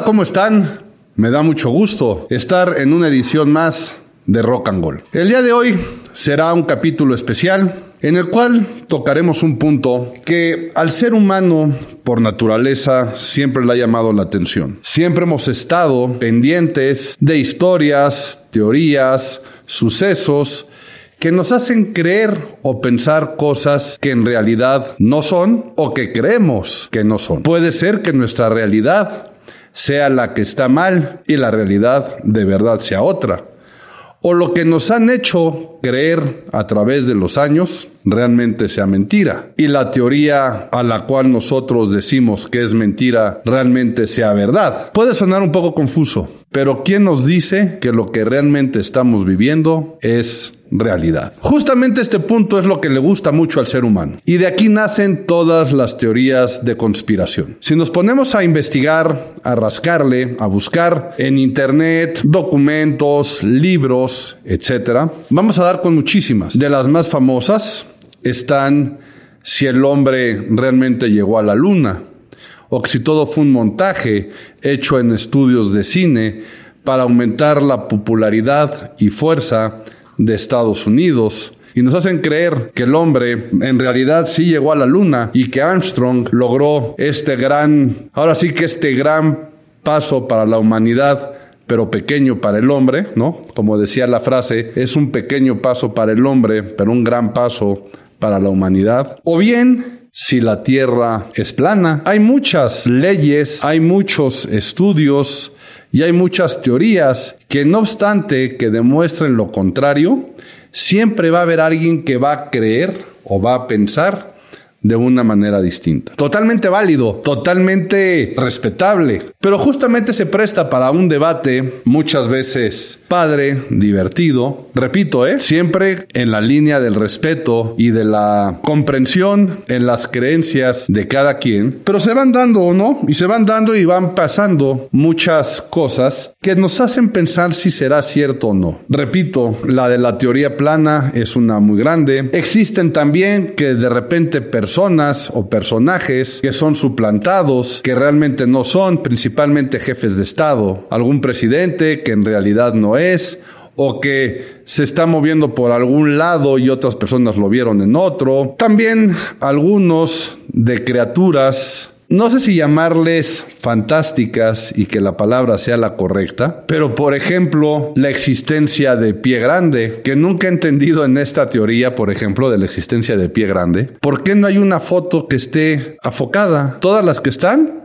Hola, ¿cómo están? Me da mucho gusto estar en una edición más de Rock and Gold. El día de hoy será un capítulo especial en el cual tocaremos un punto que al ser humano por naturaleza siempre le ha llamado la atención. Siempre hemos estado pendientes de historias, teorías, sucesos que nos hacen creer o pensar cosas que en realidad no son o que creemos que no son. Puede ser que nuestra realidad sea la que está mal y la realidad de verdad sea otra. O lo que nos han hecho creer a través de los años realmente sea mentira. Y la teoría a la cual nosotros decimos que es mentira realmente sea verdad. Puede sonar un poco confuso, pero ¿quién nos dice que lo que realmente estamos viviendo es realidad? Justamente este punto es lo que le gusta mucho al ser humano. Y de aquí nacen todas las teorías de conspiración. Si nos ponemos a investigar, a rascarle, a buscar en internet documentos, libros, etc., vamos a dar con muchísimas. De las más famosas están si el hombre realmente llegó a la luna, o que si todo fue un montaje hecho en estudios de cine para aumentar la popularidad y fuerza de Estados Unidos, y nos hacen creer que el hombre en realidad sí llegó a la luna y que Armstrong logró este gran paso para la humanidad, pero pequeño para el hombre, ¿no? Como decía la frase, es un pequeño paso para el hombre, pero un gran paso para la humanidad. O bien, si la Tierra es plana. Hay muchas leyes, hay muchos estudios y hay muchas teorías que, no obstante que demuestren lo contrario, siempre va a haber alguien que va a creer o va a pensar de una manera distinta. Totalmente válido, totalmente respetable, pero justamente se presta para un debate muchas veces padre, divertido. Repito, siempre en la línea del respeto y de la comprensión en las creencias de cada quien, pero se van dando, ¿no? Y se van dando y van pasando muchas cosas que nos hacen pensar si será cierto o no. Repito, la de la teoría plana es una muy grande. Existen también que de repente personas o personajes que son suplantados, que realmente no son, principalmente jefes de Estado, algún presidente que en realidad no es, o que se está moviendo por algún lado y otras personas lo vieron en otro. También algunos de criaturas, no sé si llamarles fantásticas y que la palabra sea la correcta, pero por ejemplo, la existencia de Pie Grande, que nunca he entendido en esta teoría, por ejemplo, de la existencia de Pie Grande. ¿Por qué no hay una foto que esté afocada? Todas las que están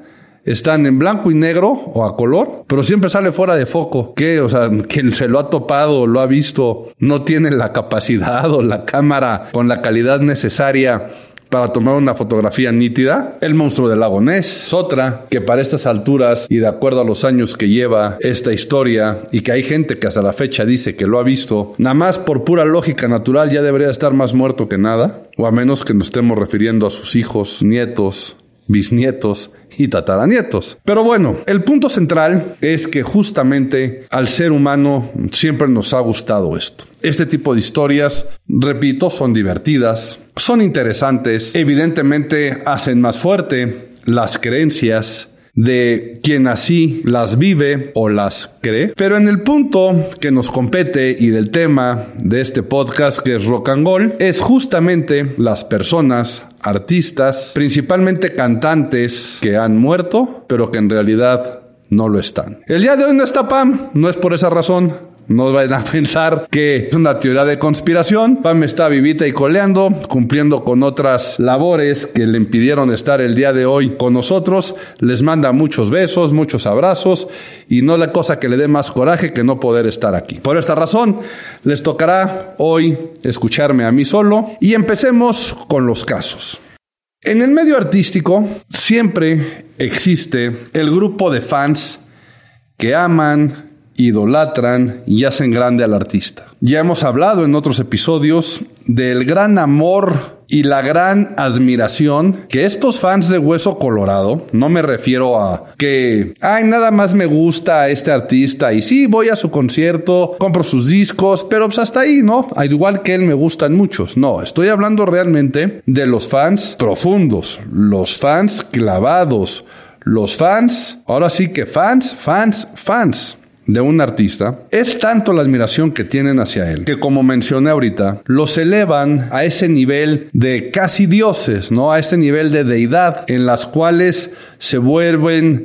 en blanco y negro o a color, pero siempre sale fuera de foco. ¿Qué? O sea, quien se lo ha topado, lo ha visto, no tiene la capacidad o la cámara con la calidad necesaria para tomar una fotografía nítida. El monstruo del lago Ness es otra que para estas alturas y de acuerdo a los años que lleva esta historia y que hay gente que hasta la fecha dice que lo ha visto, nada más por pura lógica natural ya debería estar más muerto que nada, o a menos que nos estemos refiriendo a sus hijos, nietos, bisnietos y tataranietos. Pero bueno, el punto central es que justamente al ser humano siempre nos ha gustado esto. Este tipo de historias, repito, son divertidas, son interesantes, evidentemente hacen más fuerte las creencias de quien así las vive o las cree. Pero en el punto que nos compete y del tema de este podcast, que es Rock and Gold, es justamente las personas, artistas, principalmente cantantes que han muerto, pero que en realidad no lo están. El día de hoy no está Pam, no es por esa razón. No vayan a pensar que es una teoría de conspiración. Pam está vivita y coleando, cumpliendo con otras labores que le impidieron estar el día de hoy con nosotros. Les manda muchos besos, muchos abrazos, y no la cosa que le dé más coraje que no poder estar aquí. Por esta razón, les tocará hoy escucharme a mí solo, y empecemos con los casos. En el medio artístico siempre existe el grupo de fans que aman, idolatran y hacen grande al artista. Ya hemos hablado en otros episodios del gran amor y la gran admiración que estos fans de Hueso Colorado, no me refiero a que, nada más me gusta a este artista y sí, voy a su concierto, compro sus discos, pero pues hasta ahí, ¿no? Al igual que él me gustan muchos. No, estoy hablando realmente de los fans profundos, los fans clavados, los fans, ahora sí que fans de un artista, es tanto la admiración que tienen hacia él, que como mencioné ahorita, los elevan a ese nivel de casi dioses, ¿no? A ese nivel de deidad, en las cuales se vuelven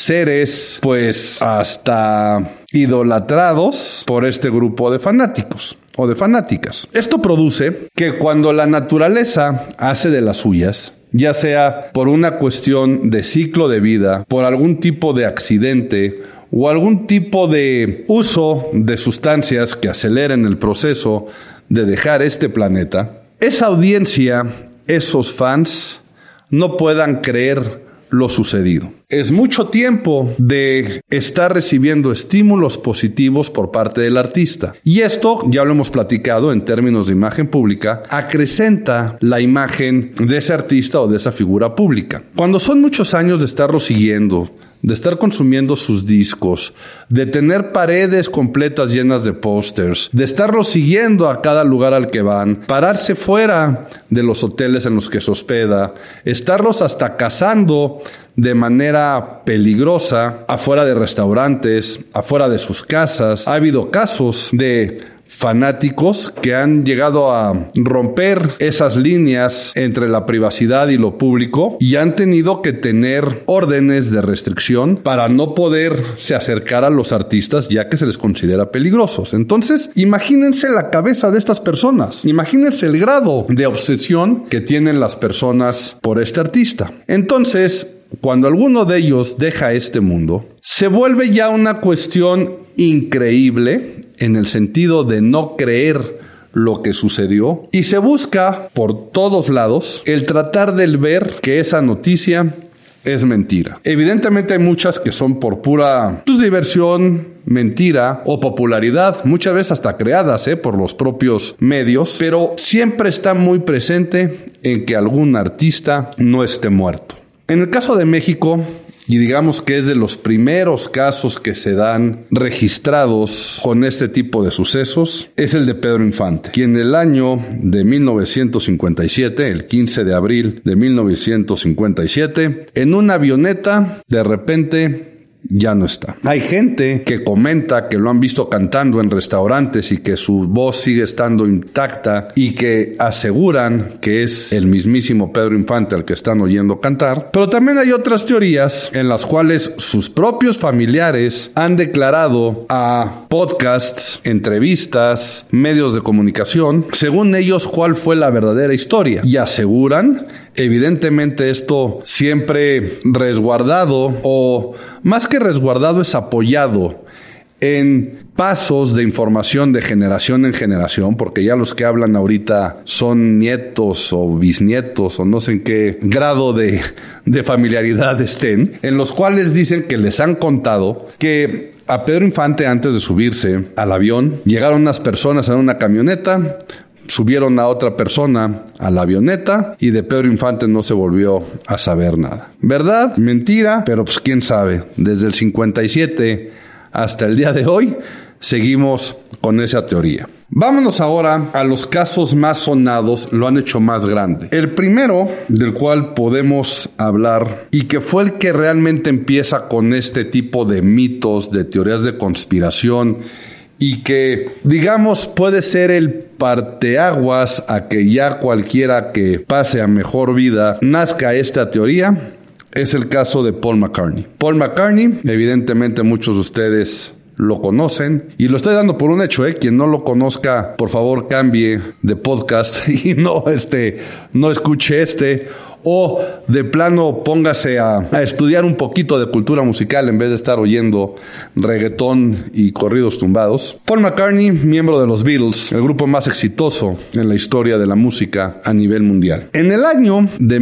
seres, pues, hasta idolatrados por este grupo de fanáticos o de fanáticas. Esto produce que cuando la naturaleza hace de las suyas, ya sea por una cuestión de ciclo de vida, por algún tipo de accidente o algún tipo de uso de sustancias que aceleren el proceso de dejar este planeta, esa audiencia, esos fans, no puedan creer lo sucedido. Es mucho tiempo de estar recibiendo estímulos positivos por parte del artista. Y esto, ya lo hemos platicado en términos de imagen pública, acrecenta la imagen de ese artista o de esa figura pública. Cuando son muchos años de estarlo siguiendo, de estar consumiendo sus discos, de tener paredes completas llenas de pósters, de estarlos siguiendo a cada lugar al que van, pararse fuera de los hoteles en los que se hospeda, estarlos hasta cazando de manera peligrosa afuera de restaurantes, afuera de sus casas. Ha habido casos de fanáticos que han llegado a romper esas líneas entre la privacidad y lo público y han tenido que tener órdenes de restricción para no poderse acercar a los artistas ya que se les considera peligrosos. Entonces, imagínense la cabeza de estas personas. Imagínense el grado de obsesión que tienen las personas por este artista. Entonces, cuando alguno de ellos deja este mundo, se vuelve ya una cuestión increíble en el sentido de no creer lo que sucedió y se busca por todos lados el tratar de ver que esa noticia es mentira. Evidentemente hay muchas que son por pura diversión, mentira o popularidad, muchas veces hasta creadas por los propios medios, pero siempre está muy presente en que algún artista no esté muerto. En el caso de México, y digamos que es de los primeros casos que se dan registrados con este tipo de sucesos, es el de Pedro Infante, quien en el año de 1957, el 15 de abril de 1957, en una avioneta, de repente ya no está. Hay gente que comenta que lo han visto cantando en restaurantes y que su voz sigue estando intacta y que aseguran que es el mismísimo Pedro Infante al que están oyendo cantar. Pero también hay otras teorías en las cuales sus propios familiares han declarado a podcasts, entrevistas, medios de comunicación, según ellos, cuál fue la verdadera historia. Y aseguran, evidentemente esto siempre resguardado, o más que resguardado es apoyado en pasos de información de generación en generación, porque ya los que hablan ahorita son nietos o bisnietos o no sé en qué grado de familiaridad estén, en los cuales dicen que les han contado que a Pedro Infante, antes de subirse al avión, llegaron unas personas en una camioneta, subieron a otra persona a la avioneta y de Pedro Infante no se volvió a saber nada. ¿Verdad? Mentira, pero pues quién sabe. Desde el 57 hasta el día de hoy seguimos con esa teoría. Vámonos ahora a los casos más sonados, lo han hecho más grande. El primero del cual podemos hablar y que fue el que realmente empieza con este tipo de mitos, de teorías de conspiración y que, digamos, puede ser el parteaguas a que ya cualquiera que pase a mejor vida nazca esta teoría, es el caso de Paul McCartney. Paul McCartney, evidentemente muchos de ustedes lo conocen y lo estoy dando por un hecho, quien no lo conozca, por favor cambie de podcast y no escuche o de plano póngase a estudiar un poquito de cultura musical en vez de estar oyendo reggaetón y corridos tumbados. Paul McCartney, miembro de los Beatles, el grupo más exitoso en la historia de la música a nivel mundial. En el año de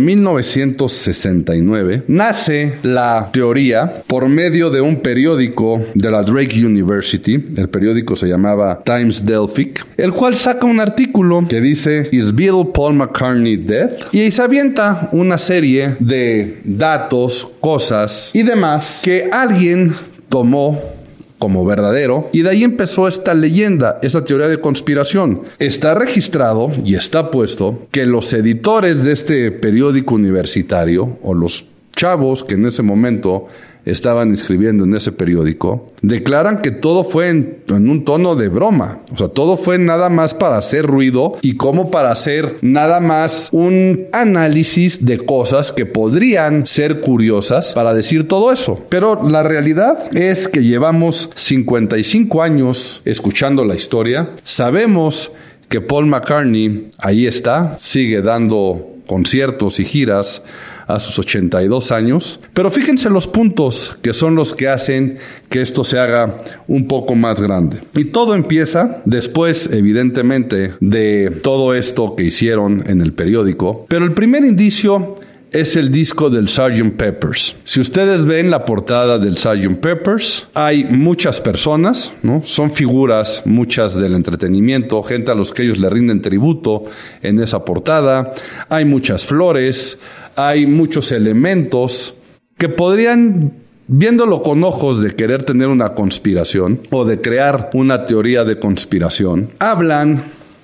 1969 nace la teoría por medio de un periódico de la Drake University. El periódico se llamaba Times Delphic, el cual saca un artículo que dice "Is Beatle Paul McCartney dead?" y ahí se avienta una serie de datos, cosas y demás que alguien tomó como verdadero y de ahí empezó esta leyenda, esta teoría de conspiración. Está registrado y está puesto que los editores de este periódico universitario o los chavos que en ese momento estaban escribiendo en ese periódico, declaran que todo fue en un tono de broma. O sea, todo fue nada más para hacer ruido y como para hacer nada más un análisis de cosas que podrían ser curiosas para decir todo eso. Pero la realidad es que llevamos 55 años escuchando la historia. Sabemos que Paul McCartney ahí está, sigue dando conciertos y giras a sus 82 años. Pero fíjense los puntos que son los que hacen que esto se haga un poco más grande. Y todo empieza después, evidentemente, de todo esto que hicieron en el periódico. Pero el primer indicio es el disco del Sgt. Pepper's. Si ustedes ven la portada del Sgt. Pepper's, hay muchas personas, ¿no? Son figuras, muchas del entretenimiento, gente a los que ellos le rinden tributo en esa portada. Hay muchas flores, hay muchos elementos que podrían, viéndolo con ojos de querer tener una conspiración o de crear una teoría de conspiración, hablan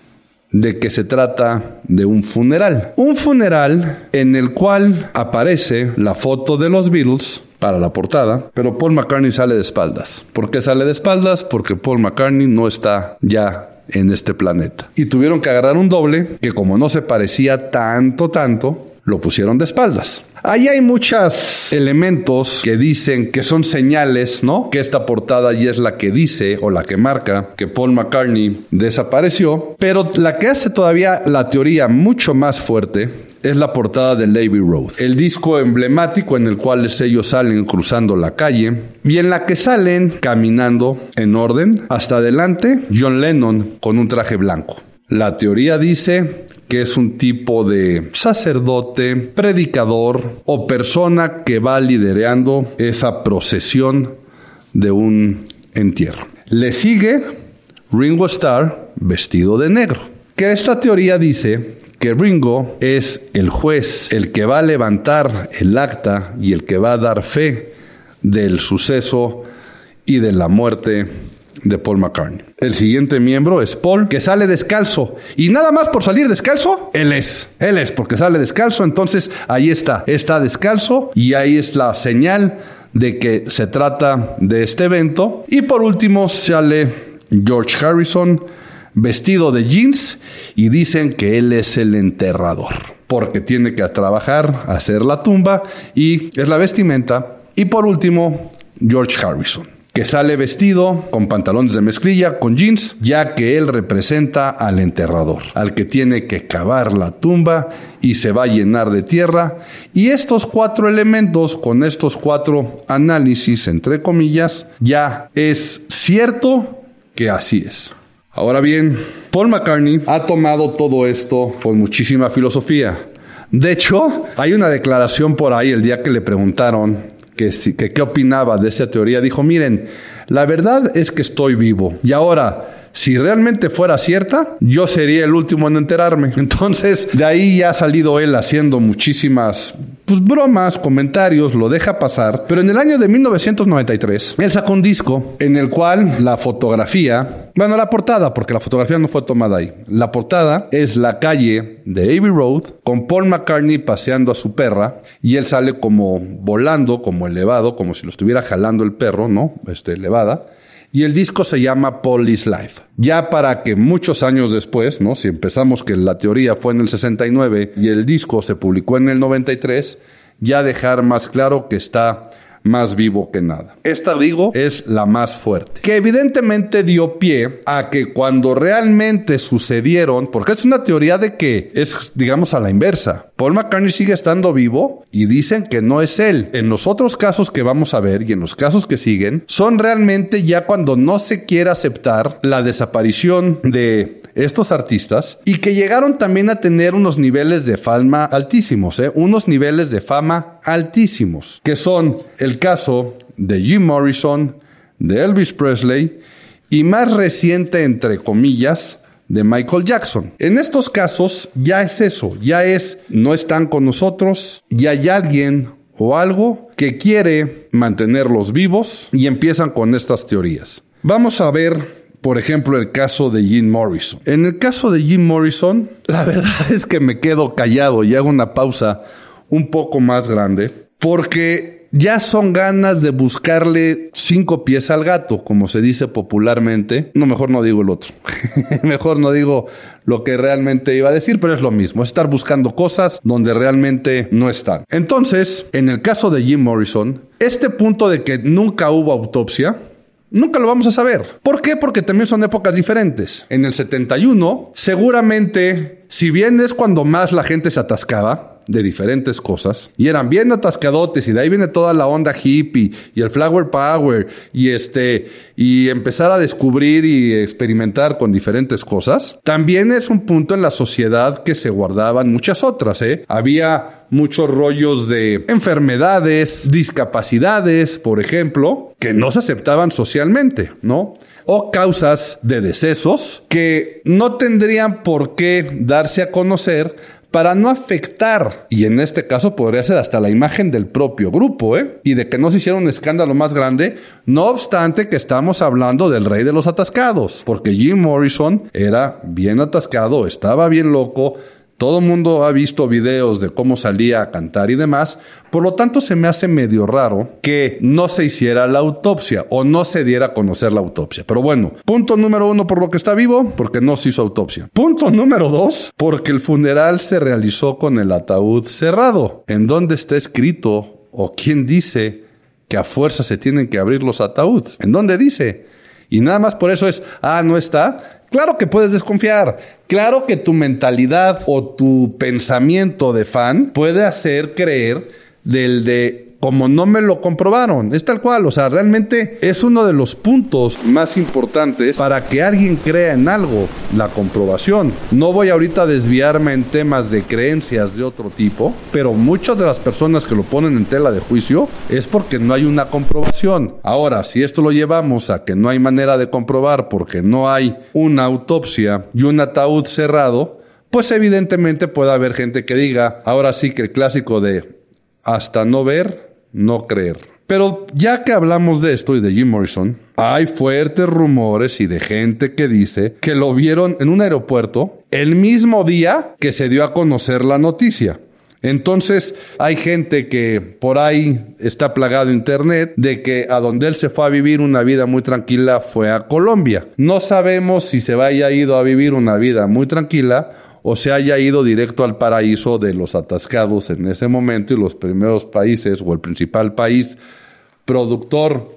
de que se trata de un funeral. Un funeral en el cual aparece la foto de los Beatles para la portada, pero Paul McCartney sale de espaldas. ¿Por qué sale de espaldas? Porque Paul McCartney no está ya en este planeta. Y tuvieron que agarrar un doble que, como no se parecía tanto, lo pusieron de espaldas. Ahí hay muchos elementos que dicen que son señales, ¿no? Que esta portada ya es la que dice o la que marca que Paul McCartney desapareció. Pero la que hace todavía la teoría mucho más fuerte es la portada de Abbey Road, el disco emblemático en el cual ellos salen cruzando la calle y en la que salen caminando en orden hasta adelante John Lennon con un traje blanco. La teoría dice que es un tipo de sacerdote, predicador o persona que va liderando esa procesión de un entierro. Le sigue Ringo Starr vestido de negro. Que esta teoría dice que Ringo es el juez, el que va a levantar el acta y el que va a dar fe del suceso y de la muerte de Paul McCartney. El siguiente miembro es Paul, que sale descalzo. Y nada más por salir descalzo, él es porque sale descalzo. Entonces ahí está descalzo y ahí es la señal de que se trata de este evento. Y por último sale George Harrison vestido de jeans y dicen que él es el enterrador porque tiene que trabajar, hacer la tumba y es la vestimenta. Y por último, George Harrison, que sale vestido con pantalones de mezclilla, con jeans, ya que él representa al enterrador, al que tiene que cavar la tumba y se va a llenar de tierra. Y estos 4 elementos, con estos 4 análisis, entre comillas, ya es cierto que así es. Ahora bien, Paul McCartney ha tomado todo esto con muchísima filosofía. De hecho, hay una declaración por ahí el día que le preguntaron que qué opinaba de esa teoría. Dijo, miren, la verdad es que estoy vivo. Y ahora, si realmente fuera cierta, yo sería el último en enterarme. Entonces, de ahí ya ha salido él haciendo muchísimas bromas, comentarios, lo deja pasar. Pero en el año de 1993, él sacó un disco en el cual la fotografía, bueno, la portada, porque la fotografía no fue tomada ahí. La portada es la calle de Abbey Road con Paul McCartney paseando a su perra y él sale como volando, como elevado, como si lo estuviera jalando el perro, ¿no? Elevada. Y el disco se llama Paul is Life. Ya para que muchos años después, ¿no? Si empezamos que la teoría fue en el 69 y el disco se publicó en el 93, ya dejar más claro que está más vivo que nada. Esta, digo, es la más fuerte, que evidentemente dio pie a que cuando realmente sucedieron, porque es una teoría de que es, digamos, a la inversa. Paul McCartney sigue estando vivo y dicen que no es él. En los otros casos que vamos a ver y en los casos que siguen, son realmente ya cuando no se quiere aceptar la desaparición de estos artistas y que llegaron también a tener unos niveles de fama altísimos, unos niveles de fama altísimos, que son el caso de Jim Morrison, de Elvis Presley y más reciente, entre comillas, de Michael Jackson. En estos casos ya es eso, ya es, no están con nosotros, ya hay alguien o algo que quiere mantenerlos vivos y empiezan con estas teorías. Vamos a ver, por ejemplo, el caso de Jim Morrison. En el caso de Jim Morrison, la verdad es que me quedo callado y hago una pausa un poco más grande, porque ya son ganas de buscarle 5 pies al gato, como se dice popularmente. No, mejor no digo el otro. Mejor no digo lo que realmente iba a decir, pero es lo mismo. Es estar buscando cosas donde realmente no están. Entonces, en el caso de Jim Morrison, este punto de que nunca hubo autopsia, nunca lo vamos a saber. ¿Por qué? Porque también son épocas diferentes. En el 71, seguramente, si bien es cuando más la gente se atascaba de diferentes cosas, y eran bien atascadotes, y de ahí viene toda la onda hippie, y el flower power, y empezar a descubrir y experimentar con diferentes cosas, también es un punto en la sociedad que se guardaban muchas otras, Había muchos rollos de enfermedades, discapacidades, por ejemplo, que no se aceptaban socialmente, ¿no? O causas de decesos que no tendrían por qué darse a conocer para no afectar, y en este caso podría ser hasta la imagen del propio grupo, y de que no se hiciera un escándalo más grande, no obstante que estamos hablando del rey de los atascados, porque Jim Morrison era bien atascado, estaba bien loco. Todo el mundo ha visto videos de cómo salía a cantar y demás. Por lo tanto, se me hace medio raro que no se hiciera la autopsia o no se diera a conocer la autopsia. Pero bueno, punto número 1 por lo que está vivo, porque no se hizo autopsia. Punto número 2, porque el funeral se realizó con el ataúd cerrado. ¿En dónde está escrito o quién dice que a fuerza se tienen que abrir los ataúdes? ¿En dónde dice? Y nada más por eso es, no está. Claro que puedes desconfiar. Claro que tu mentalidad o tu pensamiento de fan puede hacer creer como no me lo comprobaron. Es tal cual. O sea, realmente es uno de los puntos más importantes para que alguien crea en algo, la comprobación. No voy ahorita a desviarme en temas de creencias de otro tipo, pero muchas de las personas que lo ponen en tela de juicio es porque no hay una comprobación. Ahora, si esto lo llevamos a que no hay manera de comprobar porque no hay una autopsia y un ataúd cerrado, pues evidentemente puede haber gente que diga, ahora sí que el clásico de hasta no ver, no creer. Pero ya que hablamos de esto y de Jim Morrison, hay fuertes rumores y de gente que dice que lo vieron en un aeropuerto el mismo día que se dio a conocer la noticia. Entonces hay gente que por ahí está plagado internet de que a donde él se fue a vivir una vida muy tranquila fue a Colombia. No sabemos si se haya ido a vivir una vida muy tranquila o se haya ido directo al paraíso de los atascados en ese momento, y los primeros países o el principal país productor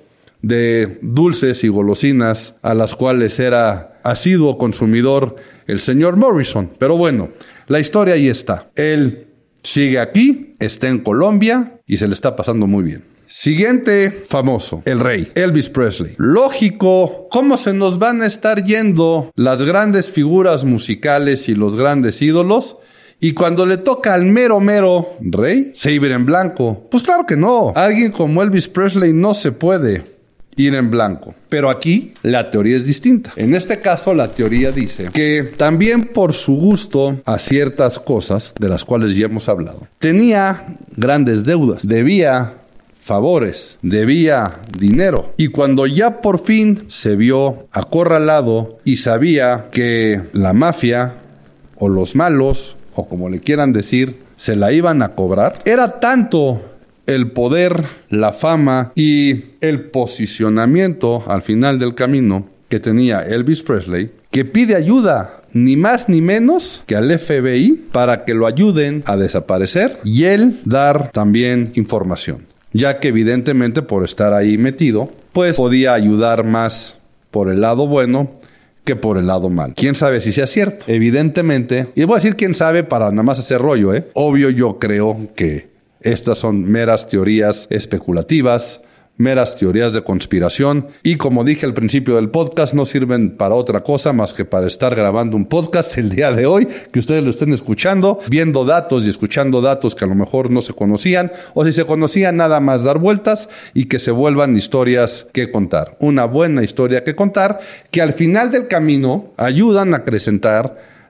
de dulces y golosinas a las cuales era asiduo consumidor el señor Morrison. Pero bueno, la historia ahí está. Él sigue aquí, está en Colombia y se le está pasando muy bien. Siguiente famoso, el rey, Elvis Presley. Lógico, ¿cómo se nos van a estar yendo las grandes figuras musicales y los grandes ídolos? Y cuando le toca al mero rey, se ir en blanco. Pues claro que no. Alguien como Elvis Presley no se puede ir en blanco. Pero aquí la teoría es distinta. En este caso, la teoría dice que también por su gusto a ciertas cosas, de las cuales ya hemos hablado, tenía grandes deudas, debía favores, debía dinero. Y cuando ya por fin se vio acorralado y sabía que la mafia o los malos, o como le quieran decir, se la iban a cobrar, era tanto el poder, la fama y el posicionamiento al final del camino que tenía Elvis Presley, que pide ayuda, ni más ni menos que al FBI, para que lo ayuden a desaparecer y él dar también información, ya que evidentemente por estar ahí metido, pues podía ayudar más por el lado bueno que por el lado malo. ¿Quién sabe si sea cierto? Evidentemente, y voy a decir quién sabe para nada más hacer rollo, Obvio, yo creo que estas son meras teorías especulativas, meras teorías de conspiración, y como dije al principio del podcast, no sirven para otra cosa más que para estar grabando un podcast el día de hoy, que ustedes lo estén escuchando, viendo datos y escuchando datos que a lo mejor no se conocían, o si se conocían, nada más dar vueltas y que se vuelvan historias que contar. Una buena historia que contar, que al final del camino ayudan a acrecentar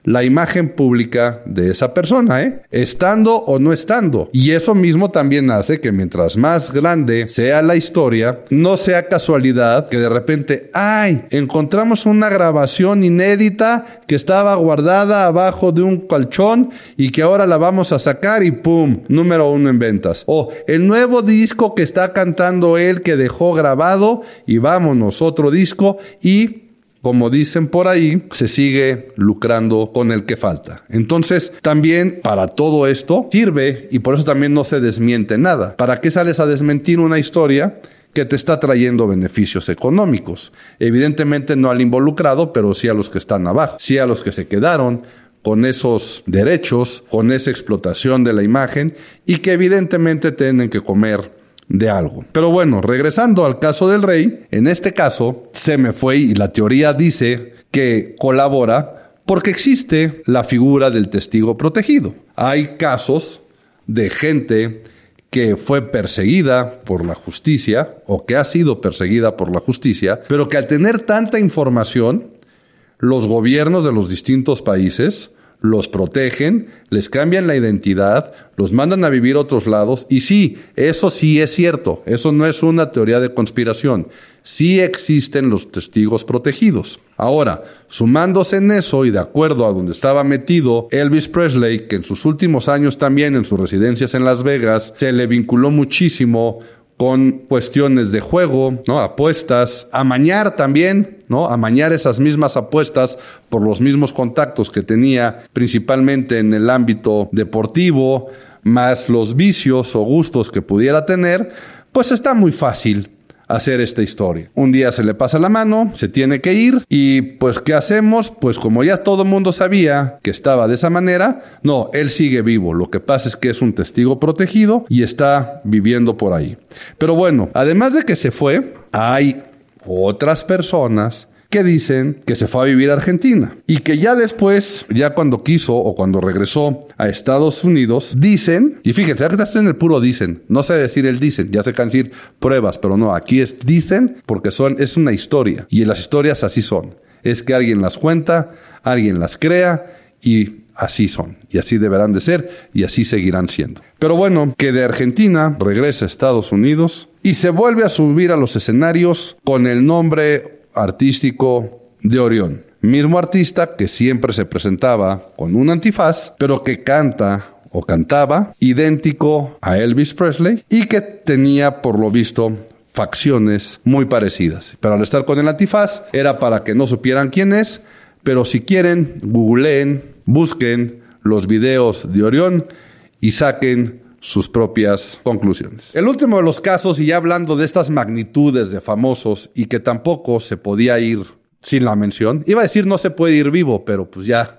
la imagen pública de esa persona, estando o no estando. Y eso mismo también hace que mientras más grande sea la historia, no sea casualidad que de repente, encontramos una grabación inédita que estaba guardada abajo de un colchón y que ahora la vamos a sacar y ¡pum! Número 1 en ventas. O el nuevo disco que está cantando él que dejó grabado y vámonos, otro disco y... como dicen por ahí, se sigue lucrando con el que falta. Entonces, también para todo esto sirve, y por eso también no se desmiente nada. ¿Para qué sales a desmentir una historia que te está trayendo beneficios económicos? Evidentemente no al involucrado, pero sí a los que están abajo, sí a los que se quedaron con esos derechos, con esa explotación de la imagen y que evidentemente tienen que comer de algo. Pero bueno, regresando al caso del rey, en este caso se me fue y la teoría dice que colabora porque existe la figura del testigo protegido. Hay casos de gente que fue perseguida por la justicia o que ha sido perseguida por la justicia, pero que al tener tanta información, los gobiernos de los distintos países los protegen, les cambian la identidad, los mandan a vivir a otros lados. Y sí es cierto, eso no es una teoría de conspiración. Sí existen los testigos protegidos. Ahora, sumándose en eso y de acuerdo a donde estaba metido Elvis Presley, que en sus últimos años también en sus residencias en Las Vegas se le vinculó muchísimo con cuestiones de juego, ¿no? Apuestas, amañar también, ¿no? Amañar esas mismas apuestas por los mismos contactos que tenía principalmente en el ámbito deportivo, más los vicios o gustos que pudiera tener, pues está muy fácil hacer esta historia. Un día se le pasa la mano, se tiene que ir y pues ¿qué hacemos? Pues como ya todo el mundo sabía que estaba de esa manera, no, él sigue vivo. Lo que pasa es que es un testigo protegido y está viviendo por ahí. Pero bueno, además de que se fue, hay otras personas que dicen que se fue a vivir a Argentina y que ya después, ya cuando quiso o cuando regresó a Estados Unidos, dicen, y fíjense, ya que estás en el puro dicen, no sé decir el dicen, ya se can decir pruebas, pero no, aquí es dicen porque es una historia y las historias así son. Es que alguien las cuenta, alguien las crea y así son, y así deberán de ser, y así seguirán siendo. Pero bueno, que de Argentina regresa a Estados Unidos y se vuelve a subir a los escenarios con el nombre artístico de Orión. Mismo artista que siempre se presentaba con un antifaz, pero que canta o cantaba idéntico a Elvis Presley y que tenía, por lo visto, facciones muy parecidas. Pero al estar con el antifaz era para que no supieran quién es, pero si quieren, googleen, busquen los videos de Orión y saquen sus propias conclusiones. El último de los casos, y ya hablando de estas magnitudes de famosos y que tampoco se podía ir sin la mención, iba a decir no se puede ir vivo, pero pues ya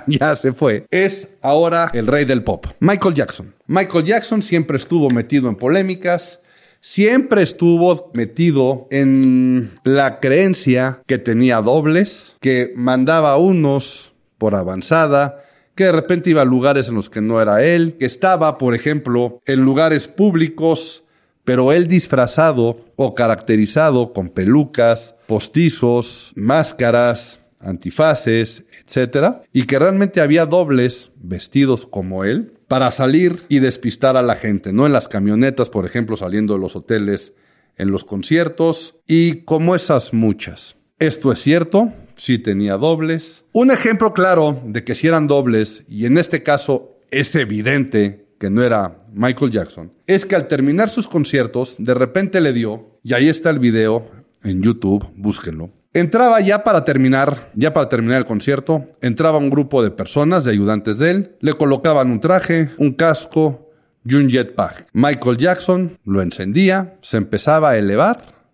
se fue, es ahora el rey del pop, Michael Jackson. Michael Jackson siempre estuvo metido en polémicas, siempre estuvo metido en la creencia que tenía dobles, que mandaba a unos por avanzada, que de repente iba a lugares en los que no era él, que estaba, por ejemplo, en lugares públicos, pero él disfrazado o caracterizado con pelucas, postizos, máscaras, antifaces, etc. Y que realmente había dobles vestidos como él para salir y despistar a la gente, ¿no? En las camionetas, por ejemplo, saliendo de los hoteles, en los conciertos y como esas muchas. Esto es cierto. Sí tenía dobles. Un ejemplo claro de que sí eran dobles, y en este caso es evidente que no era Michael Jackson, es que al terminar sus conciertos, de repente le dio, y ahí está el video en YouTube, búsquenlo. Entraba ya para terminar el concierto, entraba un grupo de personas, de ayudantes de él, le colocaban un traje, un casco y un jetpack. Michael Jackson lo encendía, se empezaba a elevar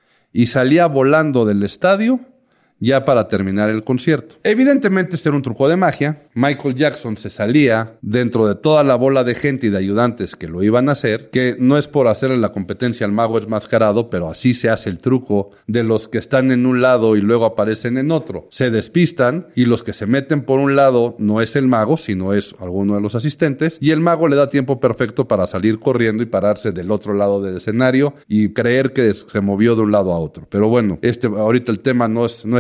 y salía volando del estadio ya para terminar el concierto. Evidentemente este era un truco de magia. Michael Jackson se salía dentro de toda la bola de gente y de ayudantes que lo iban a hacer, que no es por hacerle la competencia al mago enmascarado, pero así se hace el truco de los que están en un lado y luego aparecen en otro. Se despistan y los que se meten por un lado no es el mago, sino es alguno de los asistentes, y el mago le da tiempo perfecto para salir corriendo y pararse del otro lado del escenario y creer que se movió de un lado a otro. Pero bueno, ahorita el tema no es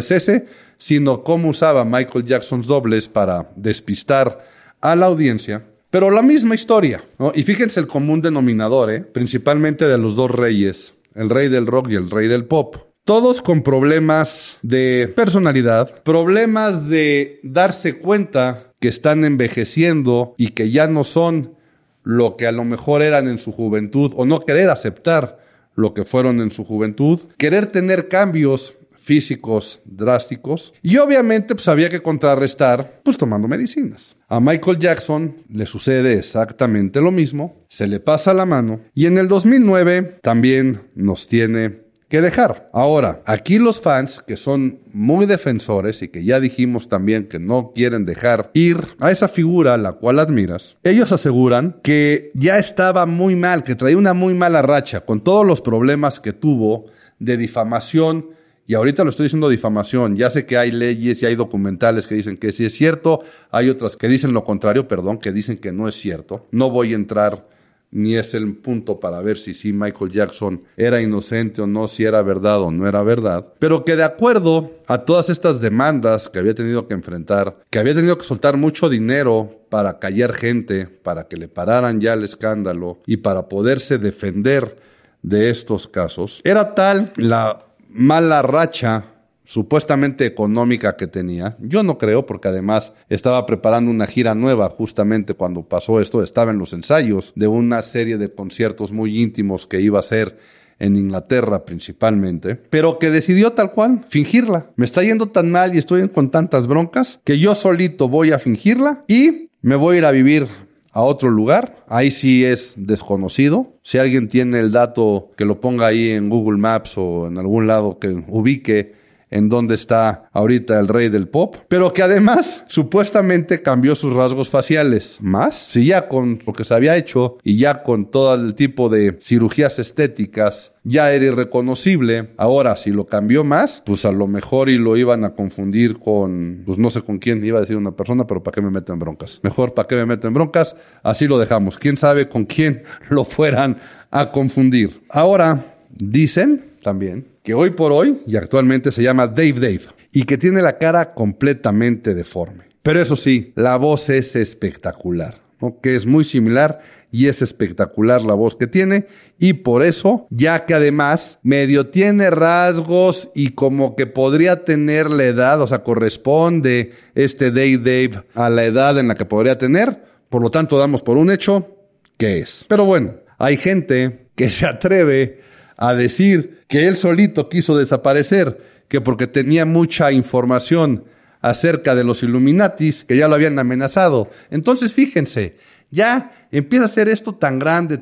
es ese, sino cómo usaba Michael Jackson dobles para despistar a la audiencia. Pero la misma historia, ¿no? Y fíjense el común denominador, principalmente de los dos reyes, el rey del rock y el rey del pop. Todos con problemas de personalidad, problemas de darse cuenta que están envejeciendo y que ya no son lo que a lo mejor eran en su juventud, o no querer aceptar lo que fueron en su juventud, querer tener cambios físicos drásticos, y obviamente pues había que contrarrestar pues tomando medicinas. A Michael Jackson le sucede exactamente lo mismo, se le pasa la mano, y en el 2009 también nos tiene que dejar. Ahora, aquí los fans que son muy defensores y que ya dijimos también que no quieren dejar ir a esa figura a la cual admiras, ellos aseguran que ya estaba muy mal, que traía una muy mala racha con todos los problemas que tuvo de difamación. Y ahorita lo estoy diciendo difamación, ya sé que hay leyes y hay documentales que dicen que sí es cierto, hay otras que dicen lo contrario, que dicen que no es cierto. No voy a entrar, ni es el punto para ver si Michael Jackson era inocente o no, si era verdad o no era verdad, pero que de acuerdo a todas estas demandas que había tenido que enfrentar, que había tenido que soltar mucho dinero para callar gente, para que le pararan ya el escándalo y para poderse defender de estos casos, era tal la mala racha supuestamente económica que tenía. Yo no creo, porque además estaba preparando una gira nueva justamente cuando pasó esto, estaba en los ensayos de una serie de conciertos muy íntimos que iba a hacer en Inglaterra principalmente, pero que decidió tal cual fingirla. Me está yendo tan mal y estoy con tantas broncas que yo solito voy a fingirla y me voy a ir a vivir a otro lugar. Ahí sí es desconocido. Si alguien tiene el dato, que lo ponga ahí en Google Maps o en algún lado que ubique en dónde está ahorita el rey del pop, pero que además supuestamente cambió sus rasgos faciales. Más, si ya con lo que se había hecho y ya con todo el tipo de cirugías estéticas ya era irreconocible, ahora si lo cambió más, pues a lo mejor y lo iban a confundir con, pues no sé con quién, iba a decir una persona, pero ¿para qué me meto en broncas? Mejor ¿para qué me meto en broncas? Así lo dejamos. ¿Quién sabe con quién lo fueran a confundir? Ahora, dicen también que hoy por hoy, y actualmente se llama Dave, y que tiene la cara completamente deforme. Pero eso sí, la voz es espectacular, ¿no? Que es muy similar y es espectacular la voz que tiene, y por eso, ya que además medio tiene rasgos y como que podría tener la edad, o sea, corresponde este Dave a la edad en la que podría tener, por lo tanto damos por un hecho que es. Pero bueno, hay gente que se atreve a decir que él solito quiso desaparecer, que porque tenía mucha información acerca de los Illuminatis, que ya lo habían amenazado. Entonces, fíjense, ya empieza a ser esto tan grande,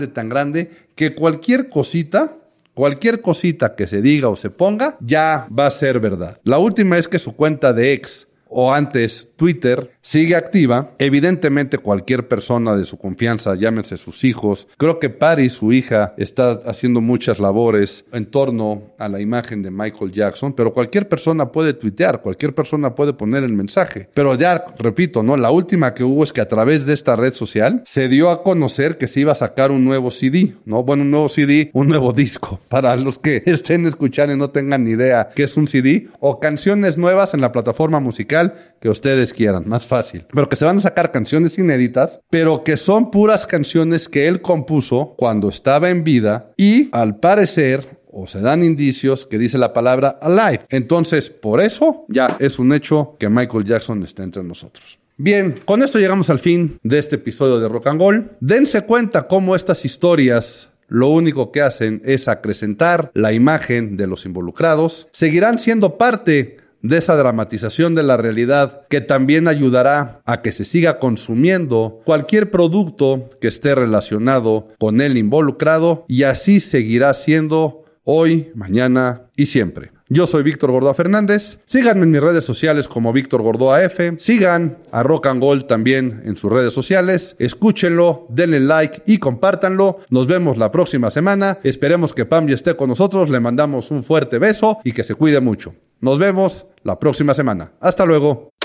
que cualquier cosita que se diga o se ponga, ya va a ser verdad. La última es que su cuenta de X, o antes Twitter, sigue activa. Evidentemente cualquier persona de su confianza, llámense sus hijos, creo que Paris, su hija, está haciendo muchas labores en torno a la imagen de Michael Jackson, pero cualquier persona puede tuitear, cualquier persona puede poner el mensaje. Pero ya, repito, ¿no? La última que hubo es que a través de esta red social se dio a conocer que se iba a sacar un nuevo CD, ¿no? Bueno, un nuevo CD, un nuevo disco. Para los que estén escuchando y no tengan ni idea qué es un CD, o canciones nuevas en la plataforma musical que ustedes quieran, más fácil. Pero que se van a sacar canciones inéditas, pero que son puras canciones que él compuso cuando estaba en vida y al parecer, o se dan indicios que dice la palabra alive. Entonces, por eso ya es un hecho que Michael Jackson está entre nosotros. Bien, con esto llegamos al fin de este episodio de Rock and Roll. Dense cuenta cómo estas historias lo único que hacen es acrecentar la imagen de los involucrados. Seguirán siendo parte de esa dramatización de la realidad que también ayudará a que se siga consumiendo cualquier producto que esté relacionado con el involucrado, y así seguirá siendo hoy, mañana y siempre. Yo soy Víctor Gordoa Fernández. Síganme en mis redes sociales como Víctor Gordoa F. Sigan a Rock and Roll también en sus redes sociales. Escúchenlo, denle like y compártanlo. Nos vemos la próxima semana. Esperemos que Pam ya esté con nosotros. Le mandamos un fuerte beso y que se cuide mucho. Nos vemos la próxima semana. Hasta luego.